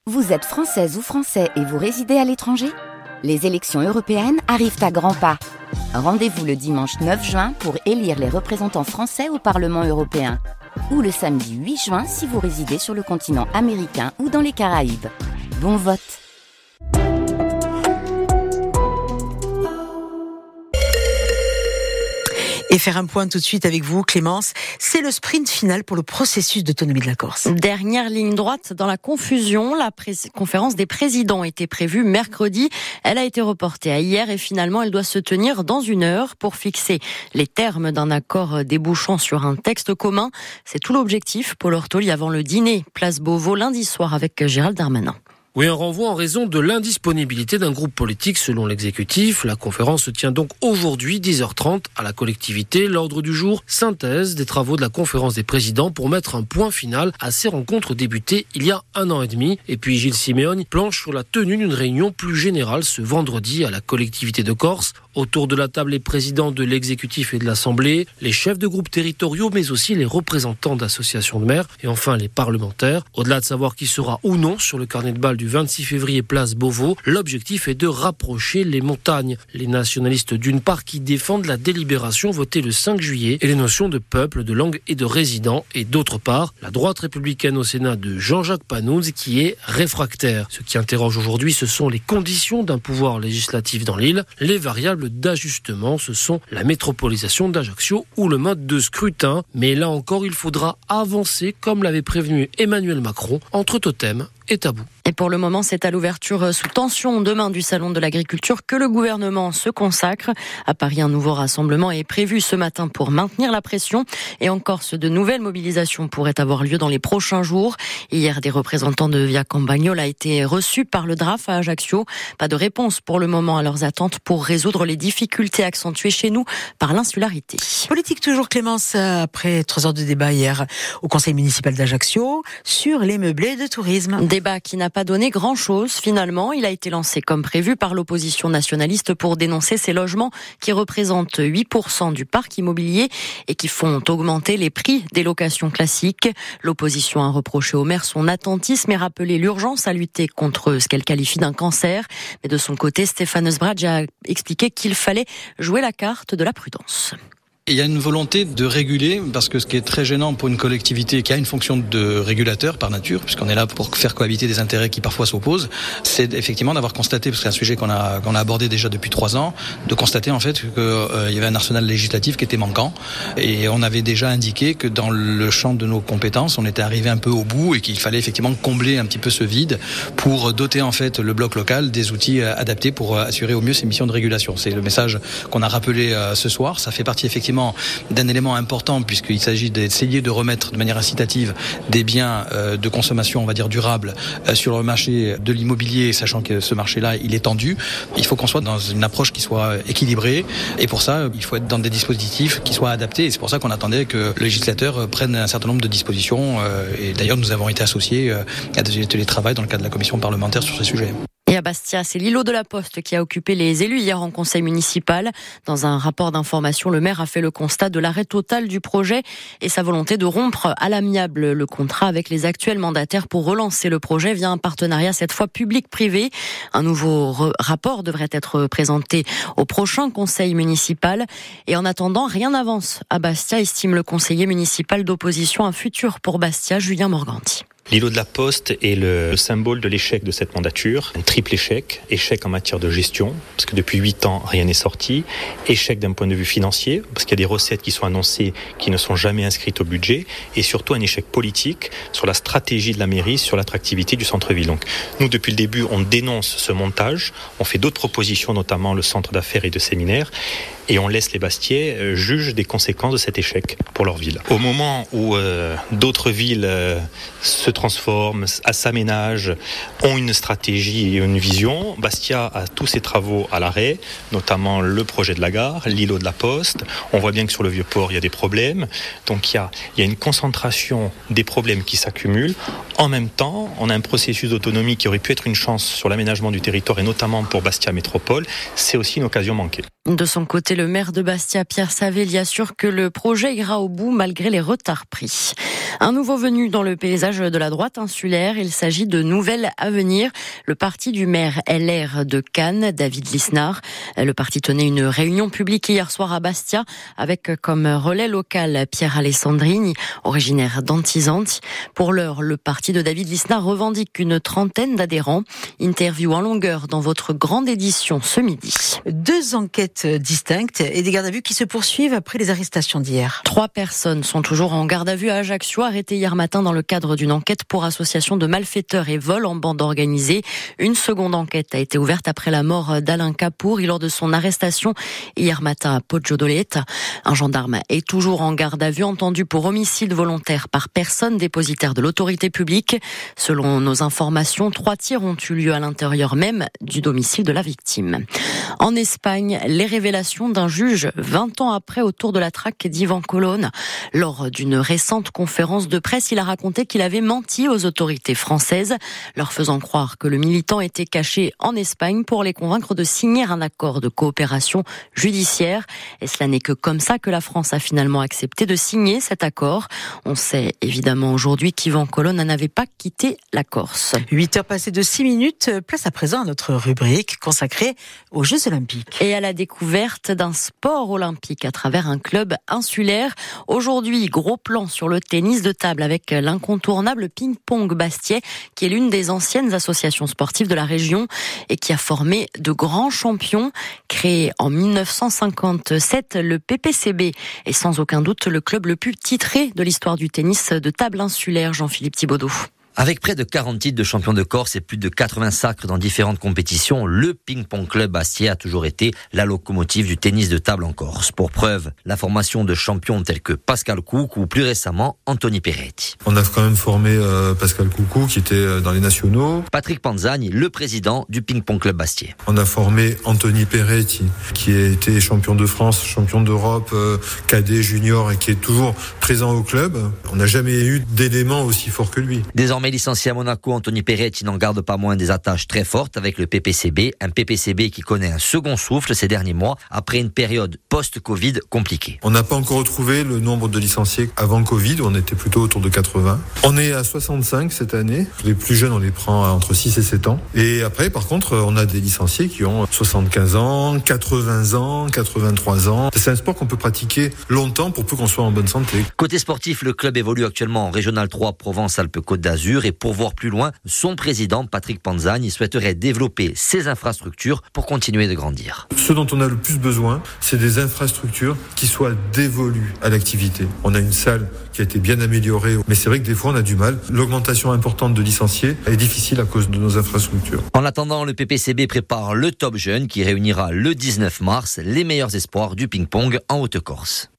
Vous êtes française ou français et vous résidez à l'étranger ? Les élections européennes arrivent à grands pas. Rendez-vous le dimanche 9 juin pour élire les représentants français au Parlement européen. Ou le samedi 8 juin si vous résidez sur le continent américain ou dans les Caraïbes. Bon vote! Et faire un point tout de suite avec vous, Clémence, c'est le sprint final pour le processus d'autonomie de la Corse. Dernière ligne droite dans la confusion, la conférence des présidents était prévue mercredi. Elle a été reportée à hier et finalement elle doit se tenir dans 1 heure pour fixer les termes d'un accord débouchant sur un texte commun. C'est tout l'objectif, Paul Ortoli, avant le dîner, place Beauvau, lundi soir avec Gérald Darmanin. Oui, un renvoi en raison de l'indisponibilité d'un groupe politique selon l'exécutif. La conférence se tient donc aujourd'hui, 10h30, à la collectivité. L'ordre du jour, synthèse des travaux de la conférence des présidents pour mettre un point final à ces rencontres débutées il y a 1 an et demi. Et puis Gilles Simeone planche sur la tenue d'une réunion plus générale ce vendredi à la collectivité de Corse. Autour de la table, les présidents de l'exécutif et de l'Assemblée, les chefs de groupes territoriaux, mais aussi les représentants d'associations de maires et enfin les parlementaires. Au-delà de savoir qui sera ou non sur le carnet de balles du 26 février place Beauvau, l'objectif est de rapprocher les montagnes. Les nationalistes d'une part qui défendent la délibération votée le 5 juillet et les notions de peuple, de langue et de résident, et d'autre part la droite républicaine au Sénat de Jean-Jacques Panounz qui est réfractaire. Ce qui interroge aujourd'hui, ce sont les conditions d'un pouvoir législatif dans l'île. Les variables d'ajustement, ce sont la métropolisation d'Ajaccio ou le mode de scrutin. Mais là encore, il faudra avancer, comme l'avait prévenu Emmanuel Macron, entre totem et tabou. Et pour le moment, c'est à l'ouverture sous tension demain du Salon de l'Agriculture que le gouvernement se consacre. À Paris, un nouveau rassemblement est prévu ce matin pour maintenir la pression. Et en Corse, de nouvelles mobilisations pourraient avoir lieu dans les prochains jours. Hier, des représentants de Via Campagnol a été reçus par le DRAF à Ajaccio. Pas de réponse pour le moment à leurs attentes pour résoudre les difficultés accentuées chez nous par l'insularité. Politique toujours, Clémence, après 3 heures de débat hier au conseil municipal d'Ajaccio sur les meublés de tourisme. Débat qui n'a pas donné grand-chose finalement. Il a été lancé comme prévu par l'opposition nationaliste pour dénoncer ces logements qui représentent 8% du parc immobilier et qui font augmenter les prix des locations classiques. L'opposition a reproché au maire son attentisme et rappelé l'urgence à lutter contre ce qu'elle qualifie d'un cancer. Mais de son côté, Stéphane Sbradj a expliqué qu'il fallait jouer la carte de la prudence. Il y a une volonté de réguler, parce que ce qui est très gênant pour une collectivité qui a une fonction de régulateur par nature, puisqu'on est là pour faire cohabiter des intérêts qui parfois s'opposent, c'est effectivement d'avoir constaté, parce que c'est un sujet qu'on a abordé déjà depuis 3 ans, de constater en fait qu'il y avait un arsenal législatif qui était manquant, et on avait déjà indiqué que dans le champ de nos compétences, on était arrivé un peu au bout et qu'il fallait effectivement combler un petit peu ce vide pour doter en fait le bloc local des outils adaptés pour assurer au mieux ses missions de régulation. C'est le message qu'on a rappelé ce soir. Ça fait partie effectivement d'un élément important puisqu'il s'agit d'essayer de remettre de manière incitative des biens de consommation, on va dire durable, sur le marché de l'immobilier, sachant que ce marché-là, il est tendu. Il faut qu'on soit dans une approche qui soit équilibrée et pour ça, il faut être dans des dispositifs qui soient adaptés et c'est pour ça qu'on attendait que le législateur prenne un certain nombre de dispositions et d'ailleurs nous avons été associés à des ateliers de travail dans le cadre de la commission parlementaire sur ce sujet. Et à Bastia, c'est l'îlot de la Poste qui a occupé les élus hier en conseil municipal. Dans un rapport d'information, le maire a fait le constat de l'arrêt total du projet et sa volonté de rompre à l'amiable le contrat avec les actuels mandataires pour relancer le projet via un partenariat cette fois public-privé. Un nouveau rapport devrait être présenté au prochain conseil municipal. Et en attendant, rien n'avance à Bastia, estime le conseiller municipal d'opposition. Un futur pour Bastia, Julien Morganti. L'îlot de la Poste est le symbole de l'échec de cette mandature. Un triple échec. Échec en matière de gestion, parce que depuis 8 ans, rien n'est sorti. Échec d'un point de vue financier, parce qu'il y a des recettes qui sont annoncées qui ne sont jamais inscrites au budget. Et surtout un échec politique sur la stratégie de la mairie, sur l'attractivité du centre-ville. Donc nous, depuis le début, on dénonce ce montage. On fait d'autres propositions, notamment le centre d'affaires et de séminaires. Et on laisse les Bastiais juger des conséquences de cet échec pour leur ville. Au moment où d'autres villes se transforment, s'aménagent, ont une stratégie et une vision, Bastia a tous ses travaux à l'arrêt, notamment le projet de la gare, l'îlot de la Poste. On voit bien que sur le Vieux-Port, il y a des problèmes. Donc il y a une concentration des problèmes qui s'accumulent. En même temps, on a un processus d'autonomie qui aurait pu être une chance sur l'aménagement du territoire et notamment pour Bastia Métropole. C'est aussi une occasion manquée. De son côté, le le maire de Bastia, Pierre Savelli, assure que le projet ira au bout malgré les retards pris. Un nouveau venu dans le paysage de la droite insulaire, il s'agit de Nouvelles Avenir, le parti du maire LR de Cannes, David Lisnard. Le parti tenait une réunion publique hier soir à Bastia avec comme relais local Pierre Alessandrini, originaire d'Antizanti. Pour l'heure, le parti de David Lisnard revendique une trentaine d'adhérents. Interview en longueur dans votre grande édition ce midi. 2 enquêtes distinctes et des gardes à vue qui se poursuivent après les arrestations d'hier. 3 personnes sont toujours en garde à vue à Ajaccio, arrêtées hier matin dans le cadre d'une enquête pour association de malfaiteurs et vol en bande organisée. Une seconde enquête a été ouverte après la mort d'Alain Capouri lors de son arrestation hier matin à Poggio-d'Oletta. Un gendarme est toujours en garde à vue, entendu pour homicide volontaire par personne dépositaire de l'autorité publique. Selon nos informations, 3 tirs ont eu lieu à l'intérieur même du domicile de la victime. En Espagne, les révélations d'un juge 20 ans après autour de la traque d'Ivan Colonna. Lors d'une récente conférence de presse, il a raconté qu'il avait menti aux autorités françaises, leur faisant croire que le militant était caché en Espagne pour les convaincre de signer un accord de coopération judiciaire. Et cela n'est que comme ça que la France a finalement accepté de signer cet accord. On sait évidemment aujourd'hui qu'Ivan Colonna n'avait pas quitté la Corse. 8h passées de 6 minutes, place à présent à notre rubrique consacrée aux Jeux Olympiques. Et à la découverte d'un sport olympique à travers un club insulaire. Aujourd'hui, gros plan sur le tennis de table avec l'incontournable ping-pong Bastiais, qui est l'une des anciennes associations sportives de la région et qui a formé de grands champions. Créé en 1957, le PPCB est sans aucun doute le club le plus titré de l'histoire du tennis de table insulaire. Jean-Philippe Thibaudot. Avec près de 40 titres de champion de Corse et plus de 80 sacres dans différentes compétitions, le Ping-Pong Club Bastiais a toujours été la locomotive du tennis de table en Corse. Pour preuve, la formation de champions tels que Pascal Coucou ou plus récemment Anthony Peretti. On a quand même formé Pascal Coucou qui était dans les nationaux. Patrick Panzani, le président du Ping-Pong Club Bastiais. On a formé Anthony Peretti qui a été champion de France, champion d'Europe, cadet, junior et qui est toujours présent au club. On n'a jamais eu d'éléments aussi forts que lui. Désormais licencié à Monaco, Anthony Peretti n'en garde pas moins des attaches très fortes avec le PPCB, un PPCB qui connaît un second souffle ces derniers mois après une période post-Covid compliquée. On n'a pas encore retrouvé le nombre de licenciés avant Covid, on était plutôt autour de 80. On est à 65 cette année, les plus jeunes on les prend entre 6 et 7 ans. Et après par contre on a des licenciés qui ont 75 ans, 80 ans, 83 ans. C'est un sport qu'on peut pratiquer longtemps pour peu qu'on soit en bonne santé. Côté sportif, le club évolue actuellement en Régional 3 Provence-Alpes-Côte d'Azur. Et pour voir plus loin, son président, Patrick Panzani, souhaiterait développer ses infrastructures pour continuer de grandir. Ce dont on a le plus besoin, c'est des infrastructures qui soient dévolues à l'activité. On a une salle qui a été bien améliorée, mais c'est vrai que des fois on a du mal. L'augmentation importante de licenciés est difficile à cause de nos infrastructures. En attendant, le PPCB prépare le Top Jeune qui réunira le 19 mars les meilleurs espoirs du ping-pong en Haute-Corse.